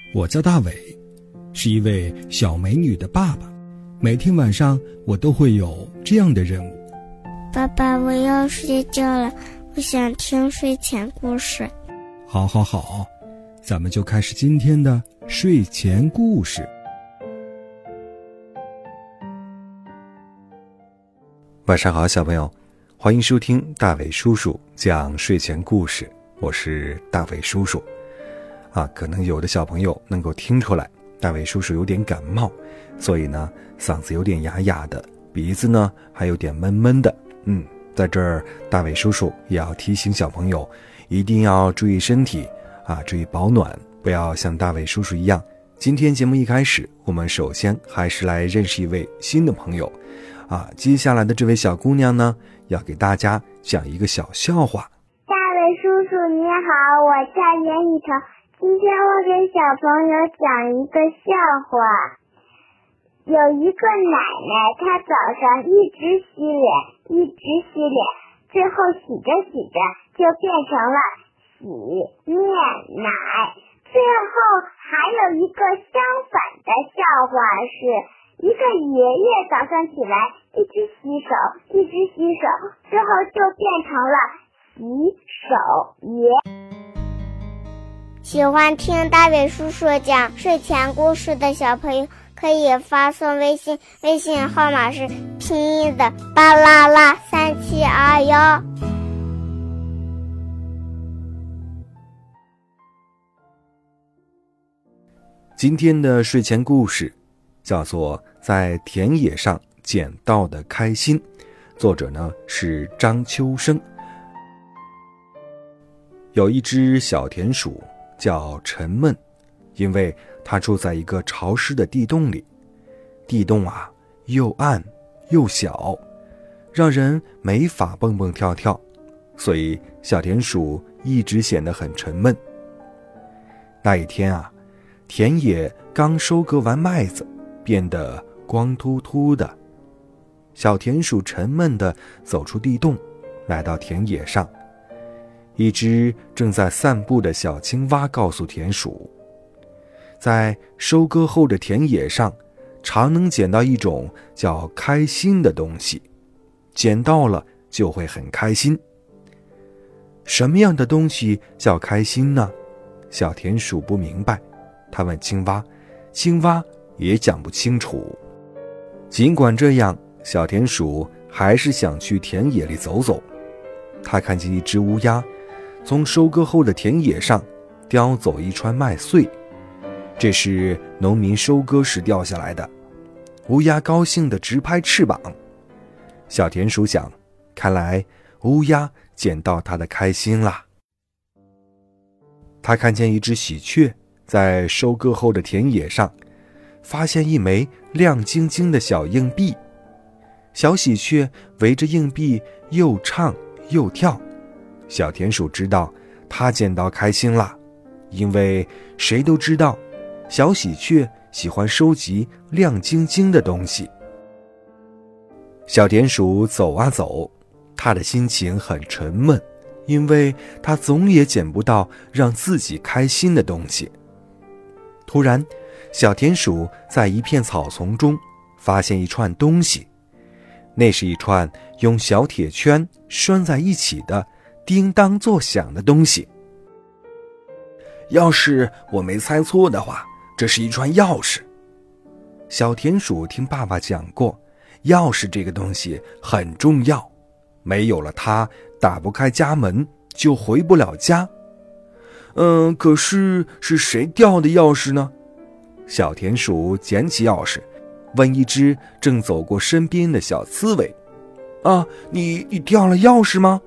我叫大伟，是一位小美女的爸爸。每天晚上我都会有这样的任务。 爸爸，我要睡觉了，我想听睡前故事。 好，咱们就开始今天的睡前故事。 晚上好，小朋友，欢迎收听大伟叔叔讲睡前故事，我是大伟叔叔。可能有的小朋友能够听出来，大伟叔叔有点感冒，所以呢，嗓子有点哑哑的，鼻子呢还有点闷闷的。在这儿，大伟叔叔也要提醒小朋友，一定要注意身体注意保暖，不要像大伟叔叔一样。今天节目一开始，我们首先还是来认识一位新的朋友接下来的这位小姑娘呢，要给大家讲一个小笑话。 大伟叔叔你好，我叫严雨桐，今天我给小朋友讲一个笑话。有一个奶奶，她早上一直洗脸，最后洗着洗着就变成了洗面奶。最后还有一个相反的笑话，是一个爷爷早上起来一直洗手，最后就变成了洗手爷。 喜欢听大伟叔叔讲睡前故事的小朋友可以发送微信号码是拼音的巴啦啦3721。 今天的睡前故事叫做在田野上捡到的开心，作者呢是张秋生。有一只小田鼠叫沉闷，因为它住在一个潮湿的地洞里，地洞又暗又小，让人没法蹦蹦跳跳，所以小田鼠一直显得很沉闷。那一天田野刚收割完麦子，变得光秃秃的。小田鼠沉闷地走出地洞，来到田野上。一只正在散步的小青蛙告诉田鼠，在收割后的田野上，常能捡到一种叫开心的东西，捡到了就会很开心。什么样的东西叫开心呢？小田鼠不明白，他问青蛙，青蛙也讲不清楚。尽管这样，小田鼠还是想去田野里走走。他看见一只乌鸦从收割后的田野上叼走一串麦穗，这是农民收割时掉下来的。乌鸦高兴地直拍翅膀。小田鼠想，看来乌鸦捡到它的开心啦。他看见一只喜鹊在收割后的田野上发现一枚亮晶晶的小硬币，小喜鹊围着硬币又唱又跳。小田鼠知道它捡到开心啦，因为谁都知道小喜鹊喜欢收集亮晶晶的东西。小田鼠走啊走，他的心情很沉闷，因为他总也捡不到让自己开心的东西。突然，小田鼠在一片草丛中发现一串东西，那是一串用小铁圈拴在一起的叮当作响的东西。要是我没猜错的话，这是一串钥匙。小田鼠听爸爸讲过，钥匙这个东西很重要，没有了它，打不开家门，就回不了家。可是谁掉的钥匙呢？小田鼠捡起钥匙，问一只正走过身边的小刺猬，你掉了钥匙吗？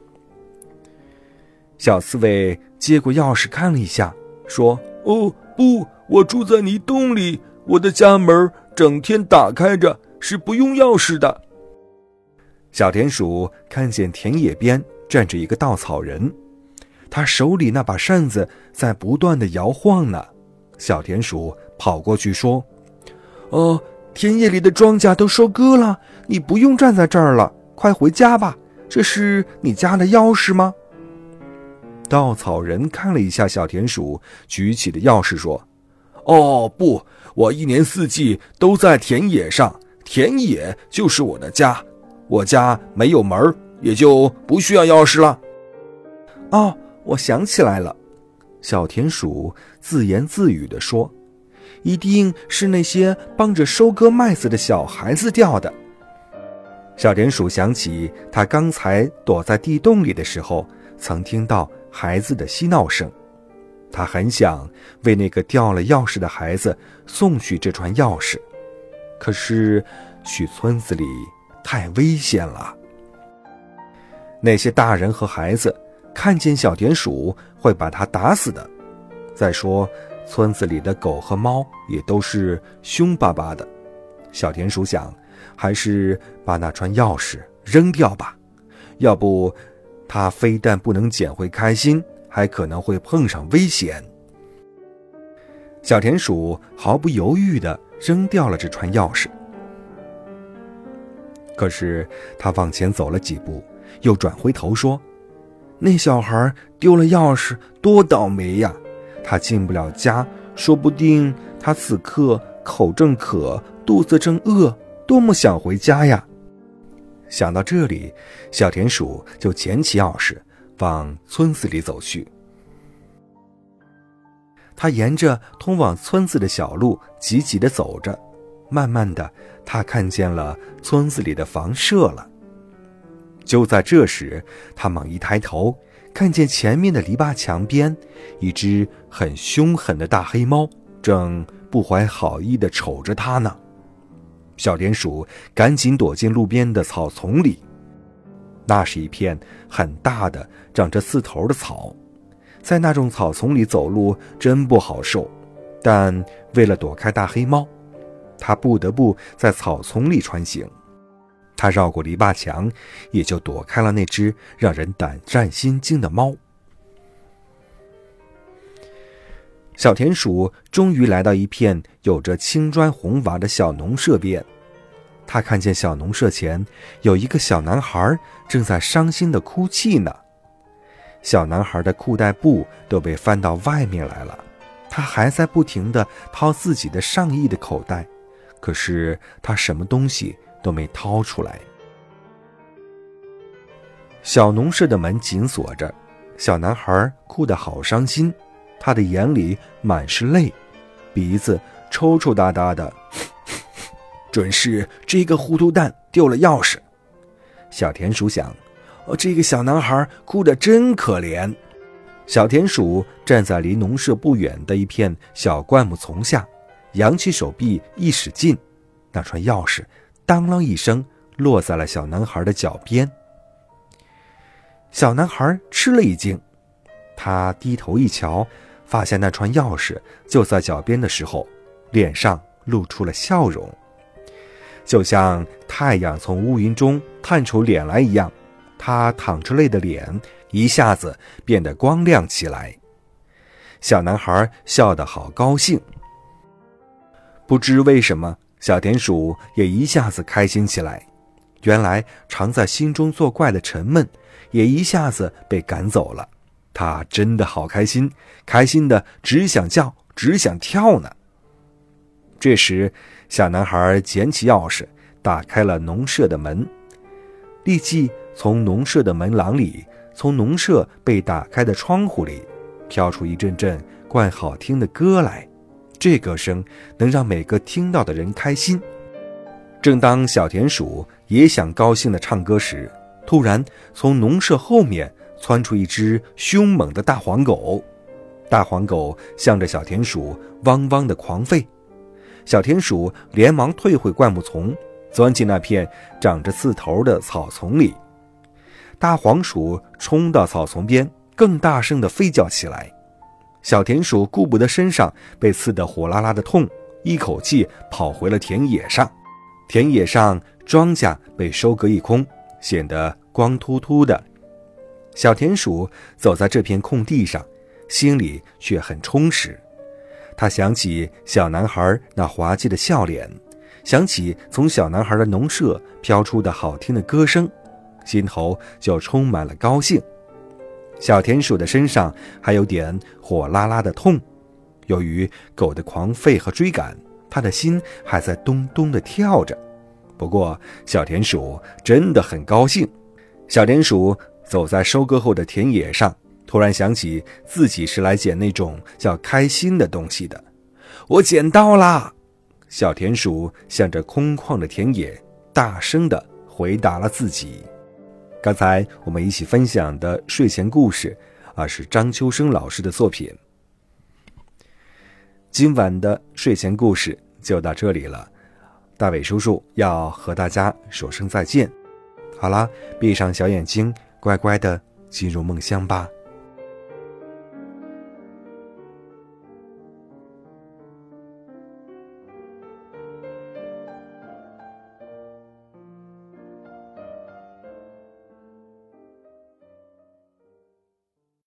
小刺猬接过钥匙看了一下，说，不，我住在泥洞里，我的家门整天打开着，是不用钥匙的。小田鼠看见田野边站着一个稻草人，他手里那把扇子在不断地摇晃呢。小田鼠跑过去说，田野里的庄稼都收割了，你不用站在这儿了，快回家吧。这是你家的钥匙吗？稻草人看了一下小田鼠举起的钥匙，说：“ 哦不，我一年四季都在田野上，田野就是我的家，我家没有门，也就不需要钥匙了。哦，我想起来了，小田鼠自言自语地说，一定是那些帮着收割麦子的小孩子掉的。小田鼠想起他刚才躲在地洞里的时候，曾听到孩子的嬉闹声，他很想为那个掉了钥匙的孩子送去这串钥匙，可是去村子里太危险了。那些大人和孩子看见小田鼠会把它打死的。再说，村子里的狗和猫也都是凶巴巴的。小田鼠想，还是把那串钥匙扔掉吧，要不它非但不能捡回开心，还可能会碰上危险。小田鼠毫不犹豫地扔掉了这串钥匙。可是他往前走了几步，又转回头说，那小孩丢了钥匙多倒霉呀，他进不了家，说不定他此刻口正渴，肚子正饿，多么想回家呀。想到这里，小田鼠就捡起钥匙往村子里走去。他沿着通往村子的小路急急地走着，慢慢的他看见了村子里的房舍了。就在这时，他猛一抬头，看见前面的篱笆墙边，一只很凶狠的大黑猫正不怀好意地瞅着他呢。小田鼠赶紧躲进路边的草丛里，那是一片很大的长着刺头的草，在那种草丛里走路真不好受，但为了躲开大黑猫，他不得不在草丛里穿行。他绕过篱笆墙，也就躲开了那只让人胆战心惊的猫。小田鼠终于来到一片有着青砖红瓦的小农舍边，他看见小农舍前有一个小男孩正在伤心地哭泣呢。小男孩的裤带布都被翻到外面来了，他还在不停地掏自己的上衣的口袋，可是他什么东西都没掏出来。小农舍的门紧锁着，小男孩哭得好伤心，他的眼里满是泪，鼻子抽抽搭搭的，准是这个糊涂蛋丢了钥匙。小田鼠想，这个小男孩哭得真可怜。小田鼠站在离农舍不远的一片小灌木丛下，扬起手臂一使劲，那串钥匙当啷一声落在了小男孩的脚边。小男孩吃了一惊，他低头一瞧，发现那串钥匙就在脚边的时候，脸上露出了笑容，就像太阳从乌云中探出脸来一样，他淌着泪的脸一下子变得光亮起来。小男孩笑得好高兴。不知为什么，小田鼠也一下子开心起来，原来常在心中作怪的沉闷也一下子被赶走了，他真的好开心，开心的只想叫只想跳呢。这时小男孩捡起钥匙打开了农舍的门，立即从农舍的门廊里，从农舍被打开的窗户里飘出一阵阵怪好听的歌来，这歌声能让每个听到的人开心。正当小田鼠也想高兴地唱歌时，突然从农舍后面窜出一只凶猛的大黄狗，大黄狗向着小田鼠汪汪地狂吠。小田鼠连忙退回灌木丛，钻进那片长着刺头的草丛里。大黄鼠冲到草丛边，更大声地吠叫起来。小田鼠顾不得身上被刺得火辣辣的痛，一口气跑回了田野上。田野上庄稼被收割一空，显得光秃秃的。小田鼠走在这片空地上，心里却很充实。他想起小男孩那滑稽的笑脸，想起从小男孩的农舍飘出的好听的歌声，心头就充满了高兴。小田鼠的身上还有点火辣辣的痛， 由于狗的狂吠和追赶，他的心还在咚咚地跳着。不过小田鼠真的很高兴。小田鼠走在收割后的田野上，突然想起自己是来捡那种叫开心的东西的。我捡到啦！小田鼠向着空旷的田野大声地回答了自己。刚才我们一起分享的睡前故事是张秋生老师的作品。今晚的睡前故事就到这里了，大伟叔叔要和大家说声再见。好啦，闭上小眼睛，乖乖地进入梦乡吧。